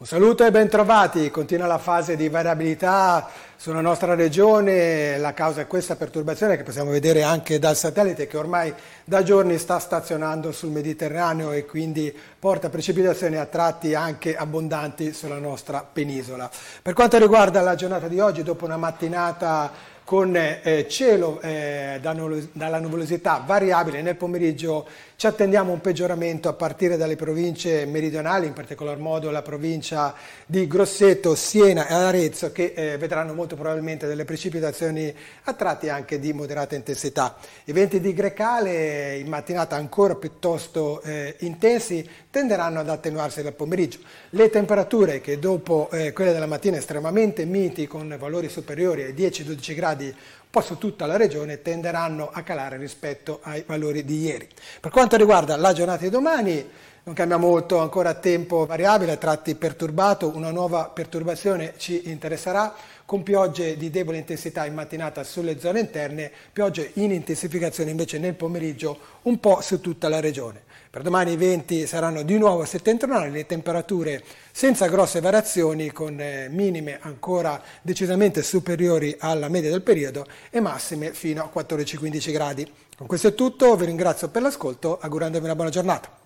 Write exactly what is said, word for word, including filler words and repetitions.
Un saluto e bentrovati, continua la fase di variabilità sulla nostra regione, la causa è questa perturbazione che possiamo vedere anche dal satellite che ormai da giorni sta stazionando sul Mediterraneo e quindi porta precipitazioni a tratti anche abbondanti sulla nostra penisola. Per quanto riguarda la giornata di oggi, dopo una mattinata con eh, cielo eh, da nuvolosità, dalla nuvolosità variabile, nel pomeriggio ci attendiamo un peggioramento a partire dalle province meridionali, in particolar modo la provincia di Grosseto, Siena e Arezzo, che eh, vedranno molto probabilmente delle precipitazioni a tratti anche di moderata intensità. I venti di Grecale in mattinata ancora piuttosto eh, intensi tenderanno ad attenuarsi dal pomeriggio. Le temperature che dopo eh, quelle della mattina estremamente miti con valori superiori ai dieci dodici gradi un po' su tutta la regione tenderanno a calare rispetto ai valori di ieri. Per quanto riguarda la giornata di domani, non cambia molto, ancora tempo variabile, a tratti perturbato, una nuova perturbazione ci interesserà, con piogge di debole intensità in mattinata sulle zone interne, piogge in intensificazione invece nel pomeriggio un po' su tutta la regione. Per domani i venti saranno di nuovo settentrionali, le temperature senza grosse variazioni, con minime ancora decisamente superiori alla media del periodo e massime fino a quattordici quindici gradi. Con questo è tutto, vi ringrazio per l'ascolto, augurandovi una buona giornata.